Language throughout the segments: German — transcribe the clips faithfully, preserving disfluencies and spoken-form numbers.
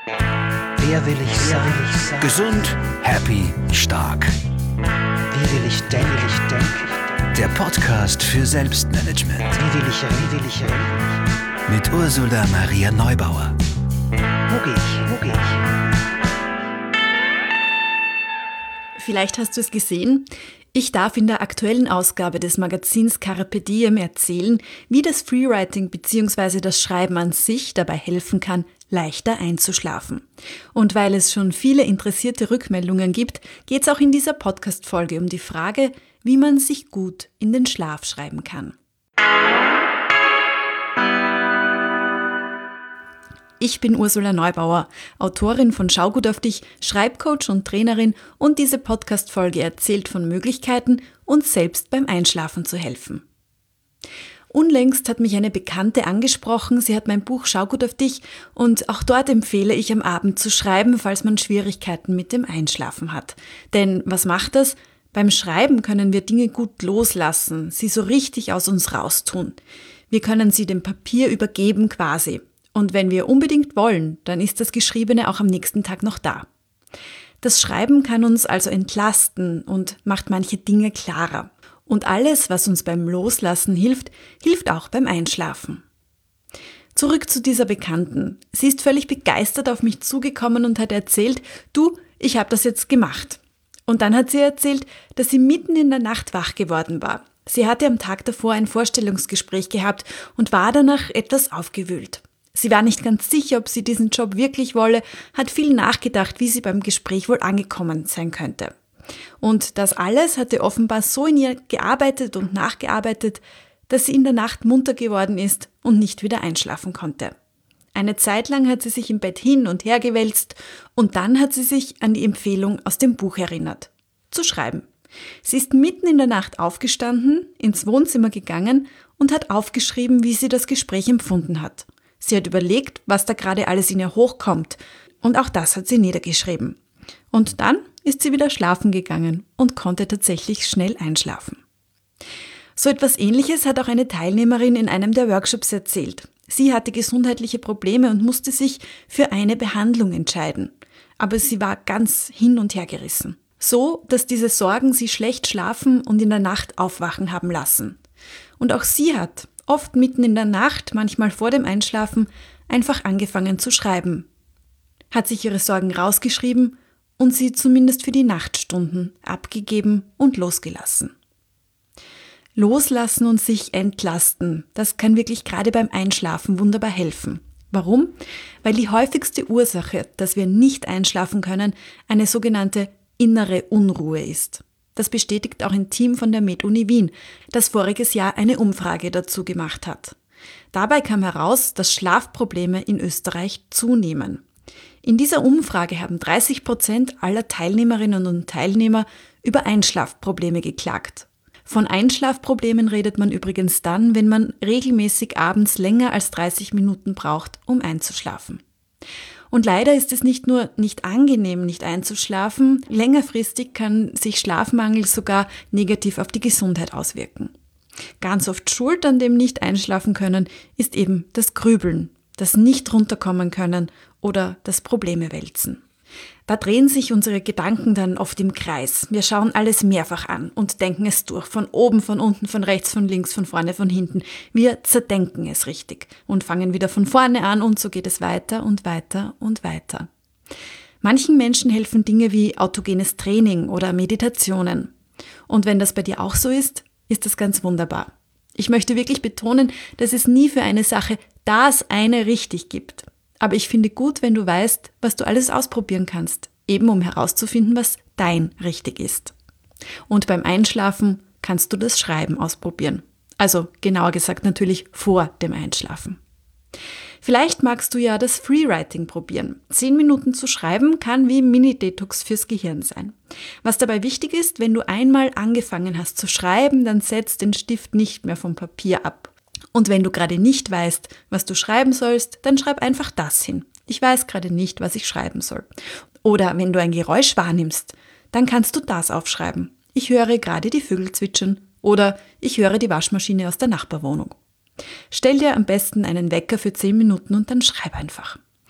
Wer will ich sein? Will ich sein? Gesund, happy, stark. Wie will ich denken? Will ich denken? Der Podcast für Selbstmanagement. Wie will ich reden? Wie will ich reden? Mit Ursula Maria Neubauer. Wo gehe ich? Wo gehe ich? Vielleicht hast du es gesehen. Ich darf in der aktuellen Ausgabe des Magazins Carpe Diem erzählen, wie das Freewriting bzw. das Schreiben an sich dabei helfen kann, leichter einzuschlafen. Und weil es schon viele interessierte Rückmeldungen gibt, geht es auch in dieser Podcast-Folge um die Frage, wie man sich gut in den Schlaf schreiben kann. Ich bin Ursula Neubauer, Autorin von Schau gut auf dich, Schreibcoach und Trainerin, und diese Podcast-Folge erzählt von Möglichkeiten, uns selbst beim Einschlafen zu helfen. Unlängst hat mich eine Bekannte angesprochen, sie hat mein Buch Schau gut auf dich, und auch dort empfehle ich, am Abend zu schreiben, falls man Schwierigkeiten mit dem Einschlafen hat. Denn was macht das? Beim Schreiben können wir Dinge gut loslassen, sie so richtig aus uns raustun. Wir können sie dem Papier übergeben quasi. Und wenn wir unbedingt wollen, dann ist das Geschriebene auch am nächsten Tag noch da. Das Schreiben kann uns also entlasten und macht manche Dinge klarer. Und alles, was uns beim Loslassen hilft, hilft auch beim Einschlafen. Zurück zu dieser Bekannten. Sie ist völlig begeistert auf mich zugekommen und hat erzählt, du, ich habe das jetzt gemacht. Und dann hat sie erzählt, dass sie mitten in der Nacht wach geworden war. Sie hatte am Tag davor ein Vorstellungsgespräch gehabt und war danach etwas aufgewühlt. Sie war nicht ganz sicher, ob sie diesen Job wirklich wolle, hat viel nachgedacht, wie sie beim Gespräch wohl angekommen sein könnte. Und das alles hatte offenbar so in ihr gearbeitet und nachgearbeitet, dass sie in der Nacht munter geworden ist und nicht wieder einschlafen konnte. Eine Zeit lang hat sie sich im Bett hin und her gewälzt und dann hat sie sich an die Empfehlung aus dem Buch erinnert: zu schreiben. Sie ist mitten in der Nacht aufgestanden, ins Wohnzimmer gegangen und hat aufgeschrieben, wie sie das Gespräch empfunden hat. Sie hat überlegt, was da gerade alles in ihr hochkommt, und auch das hat sie niedergeschrieben. Und dann ist sie wieder schlafen gegangen und konnte tatsächlich schnell einschlafen. So etwas Ähnliches hat auch eine Teilnehmerin in einem der Workshops erzählt. Sie hatte gesundheitliche Probleme und musste sich für eine Behandlung entscheiden. Aber sie war ganz hin und her gerissen. So, dass diese Sorgen sie schlecht schlafen und in der Nacht aufwachen haben lassen. Und auch sie hat oft mitten in der Nacht, manchmal vor dem Einschlafen, einfach angefangen zu schreiben. Hat sich ihre Sorgen rausgeschrieben und sie zumindest für die Nachtstunden abgegeben und losgelassen. Loslassen und sich entlasten, das kann wirklich gerade beim Einschlafen wunderbar helfen. Warum? Weil die häufigste Ursache, dass wir nicht einschlafen können, eine sogenannte innere Unruhe ist. Das bestätigt auch ein Team von der MedUni Wien, das voriges Jahr eine Umfrage dazu gemacht hat. Dabei kam heraus, dass Schlafprobleme in Österreich zunehmen. In dieser Umfrage haben dreißig Prozent aller Teilnehmerinnen und Teilnehmer über Einschlafprobleme geklagt. Von Einschlafproblemen redet man übrigens dann, wenn man regelmäßig abends länger als dreißig Minuten braucht, um einzuschlafen. Und leider ist es nicht nur nicht angenehm, nicht einzuschlafen, längerfristig kann sich Schlafmangel sogar negativ auf die Gesundheit auswirken. Ganz oft schuld an dem Nicht-Einschlafen können ist eben das Grübeln, das nicht runterkommen können oder das Probleme wälzen. Da drehen sich unsere Gedanken dann oft im Kreis. Wir schauen alles mehrfach an und denken es durch, von oben, von unten, von rechts, von links, von vorne, von hinten. Wir zerdenken es richtig und fangen wieder von vorne an, und so geht es weiter und weiter und weiter. Manchen Menschen helfen Dinge wie autogenes Training oder Meditationen. Und wenn das bei dir auch so ist, ist das ganz wunderbar. Ich möchte wirklich betonen, dass es nie für eine Sache das eine richtig gibt. Aber ich finde gut, wenn du weißt, was du alles ausprobieren kannst, eben um herauszufinden, was dein richtig ist. Und beim Einschlafen kannst du das Schreiben ausprobieren. Also genauer gesagt natürlich vor dem Einschlafen. Vielleicht magst du ja das Freewriting probieren. Zehn Minuten zu schreiben kann wie Mini-Detox fürs Gehirn sein. Was dabei wichtig ist, wenn du einmal angefangen hast zu schreiben, dann setz den Stift nicht mehr vom Papier ab. Und wenn du gerade nicht weißt, was du schreiben sollst, dann schreib einfach das hin. Ich weiß gerade nicht, was ich schreiben soll. Oder wenn du ein Geräusch wahrnimmst, dann kannst du das aufschreiben. Ich höre gerade die Vögel zwitschern oder ich höre die Waschmaschine aus der Nachbarwohnung. Stell dir am besten einen Wecker für zehn Minuten und dann schreib einfach.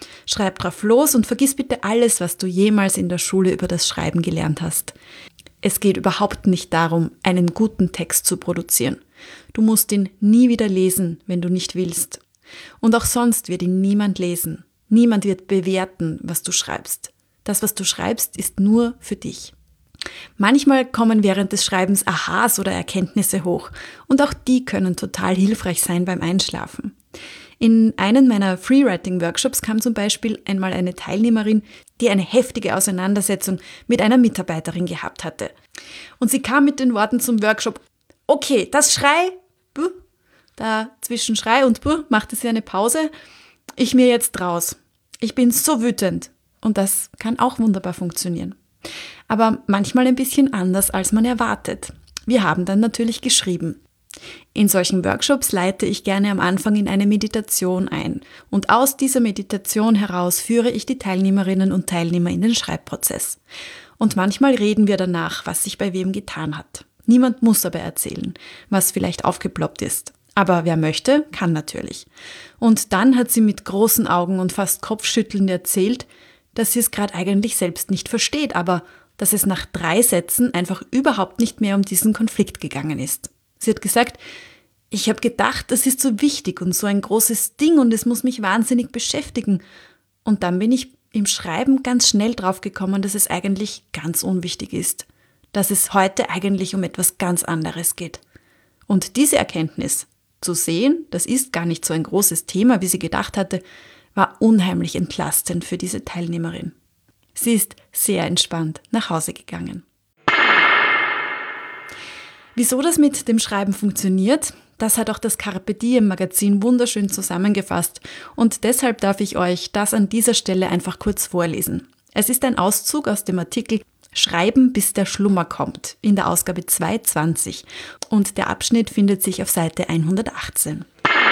Schreib drauf los und vergiss bitte alles, was du jemals in der Schule über das Schreiben gelernt hast. Es geht überhaupt nicht darum, einen guten Text zu produzieren. Du musst ihn nie wieder lesen, wenn du nicht willst. Und auch sonst wird ihn niemand lesen. Niemand wird bewerten, was du schreibst. Das, was du schreibst, ist nur für dich. Manchmal kommen während des Schreibens Aha's oder Erkenntnisse hoch und auch die können total hilfreich sein beim Einschlafen. In einem meiner Freewriting-Workshops kam zum Beispiel einmal eine Teilnehmerin, die eine heftige Auseinandersetzung mit einer Mitarbeiterin gehabt hatte. Und sie kam mit den Worten zum Workshop: Okay, das Schrei, buh, da zwischen Schrei und buh machte sie eine Pause, ich mir jetzt raus. Ich bin so wütend. Und das kann auch wunderbar funktionieren. Aber manchmal ein bisschen anders, als man erwartet. Wir haben dann natürlich geschrieben. In solchen Workshops leite ich gerne am Anfang in eine Meditation ein und aus dieser Meditation heraus führe ich die Teilnehmerinnen und Teilnehmer in den Schreibprozess. Und manchmal reden wir danach, was sich bei wem getan hat. Niemand muss aber erzählen, was vielleicht aufgeploppt ist. Aber wer möchte, kann natürlich. Und dann hat sie mit großen Augen und fast kopfschüttelnd erzählt, dass sie es gerade eigentlich selbst nicht versteht, aber dass es nach drei Sätzen einfach überhaupt nicht mehr um diesen Konflikt gegangen ist. Sie hat gesagt, ich habe gedacht, das ist so wichtig und so ein großes Ding und es muss mich wahnsinnig beschäftigen. Und dann bin ich im Schreiben ganz schnell drauf gekommen, dass es eigentlich ganz unwichtig ist. Dass es heute eigentlich um etwas ganz anderes geht. Und diese Erkenntnis, zu sehen, das ist gar nicht so ein großes Thema, wie sie gedacht hatte, war unheimlich entlastend für diese Teilnehmerin. Sie ist sehr entspannt nach Hause gegangen. Wieso das mit dem Schreiben funktioniert, das hat auch das Carpe Diem Magazin wunderschön zusammengefasst und deshalb darf ich euch das an dieser Stelle einfach kurz vorlesen. Es ist ein Auszug aus dem Artikel Schreiben, bis der Schlummer kommt in der Ausgabe zweihundertzwanzig und der Abschnitt findet sich auf Seite hundertachtzehn.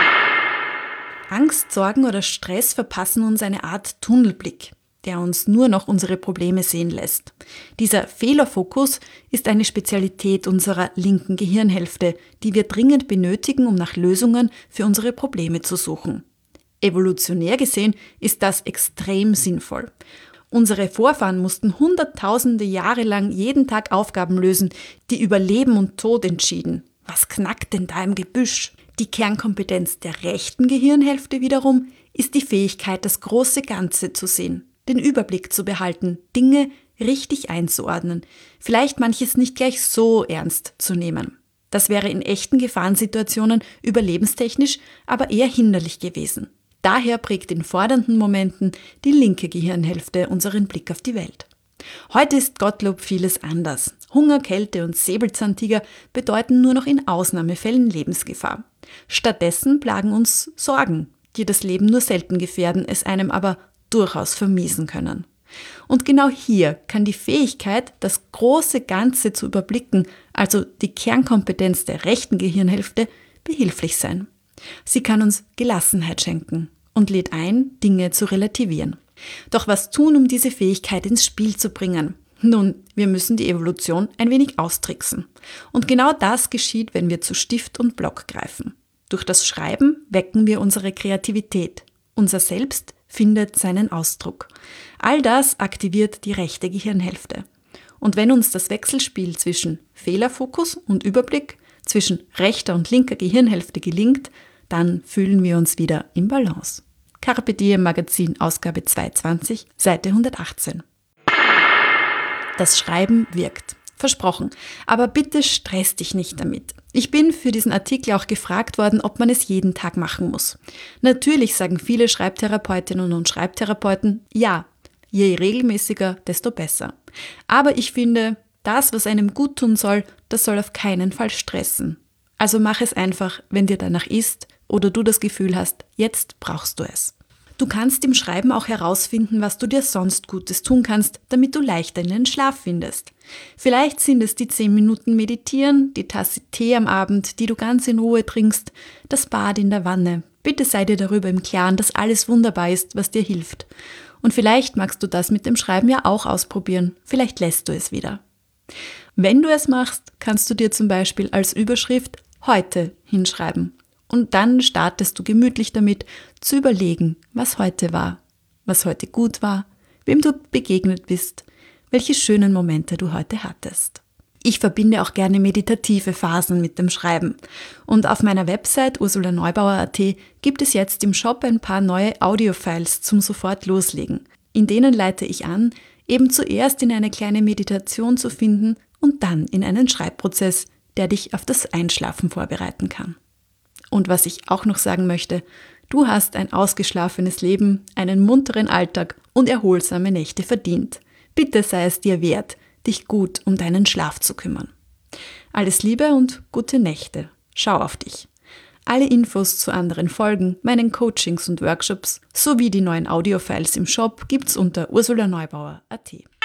Angst, Sorgen oder Stress verpassen uns eine Art Tunnelblick, der uns nur noch unsere Probleme sehen lässt. Dieser Fehlerfokus ist eine Spezialität unserer linken Gehirnhälfte, die wir dringend benötigen, um nach Lösungen für unsere Probleme zu suchen. Evolutionär gesehen ist das extrem sinnvoll. Unsere Vorfahren mussten hunderttausende Jahre lang jeden Tag Aufgaben lösen, die über Leben und Tod entschieden. Was knackt denn da im Gebüsch? Die Kernkompetenz der rechten Gehirnhälfte wiederum ist die Fähigkeit, das große Ganze zu sehen, den Überblick zu behalten, Dinge richtig einzuordnen, vielleicht manches nicht gleich so ernst zu nehmen. Das wäre in echten Gefahrensituationen überlebenstechnisch aber eher hinderlich gewesen. Daher prägt in fordernden Momenten die linke Gehirnhälfte unseren Blick auf die Welt. Heute ist Gottlob vieles anders. Hunger, Kälte und Säbelzahntiger bedeuten nur noch in Ausnahmefällen Lebensgefahr. Stattdessen plagen uns Sorgen, die das Leben nur selten gefährden, es einem aber durchaus vermiesen können. Und genau hier kann die Fähigkeit, das große Ganze zu überblicken, also die Kernkompetenz der rechten Gehirnhälfte, behilflich sein. Sie kann uns Gelassenheit schenken und lädt ein, Dinge zu relativieren. Doch was tun, um diese Fähigkeit ins Spiel zu bringen? Nun, wir müssen die Evolution ein wenig austricksen. Und genau das geschieht, wenn wir zu Stift und Block greifen. Durch das Schreiben wecken wir unsere Kreativität. Unser Selbst findet seinen Ausdruck. All das aktiviert die rechte Gehirnhälfte. Und wenn uns das Wechselspiel zwischen Fehlerfokus und Überblick, zwischen rechter und linker Gehirnhälfte gelingt, dann fühlen wir uns wieder im Balance. Carpe Diem Magazin, Ausgabe zweihundertzwanzig, Seite hundertachtzehn. Das Schreiben wirkt. Versprochen. Aber bitte stress dich nicht damit. Ich bin für diesen Artikel auch gefragt worden, ob man es jeden Tag machen muss. Natürlich sagen viele Schreibtherapeutinnen und Schreibtherapeuten, ja, je regelmäßiger, desto besser. Aber ich finde, das, was einem gut tun soll, das soll auf keinen Fall stressen. Also mach es einfach, wenn dir danach ist oder du das Gefühl hast, jetzt brauchst du es. Du kannst im Schreiben auch herausfinden, was du dir sonst Gutes tun kannst, damit du leichter in den Schlaf findest. Vielleicht sind es die zehn Minuten Meditieren, die Tasse Tee am Abend, die du ganz in Ruhe trinkst, das Bad in der Wanne. Bitte sei dir darüber im Klaren, dass alles wunderbar ist, was dir hilft. Und vielleicht magst du das mit dem Schreiben ja auch ausprobieren. Vielleicht lässt du es wieder. Wenn du es machst, kannst du dir zum Beispiel als Überschrift heute hinschreiben. Und dann startest du gemütlich damit, zu überlegen, was heute war. was heute gut war, wem du begegnet bist, welche schönen Momente du heute hattest. Ich verbinde auch gerne meditative Phasen mit dem Schreiben. Und auf meiner Website ursula neubauer punkt at gibt es jetzt im Shop ein paar neue Audiofiles zum sofort loslegen. In denen leite ich an, eben zuerst in eine kleine Meditation zu finden und dann in einen Schreibprozess, der dich auf das Einschlafen vorbereiten kann. Und was ich auch noch sagen möchte, du hast ein ausgeschlafenes Leben, einen munteren Alltag und erholsame Nächte verdient. Bitte sei es dir wert, dich gut um deinen Schlaf zu kümmern. Alles Liebe und gute Nächte. Schau auf dich. Alle Infos zu anderen Folgen, meinen Coachings und Workshops sowie die neuen Audiofiles im Shop gibt's unter ursula neubauer punkt at.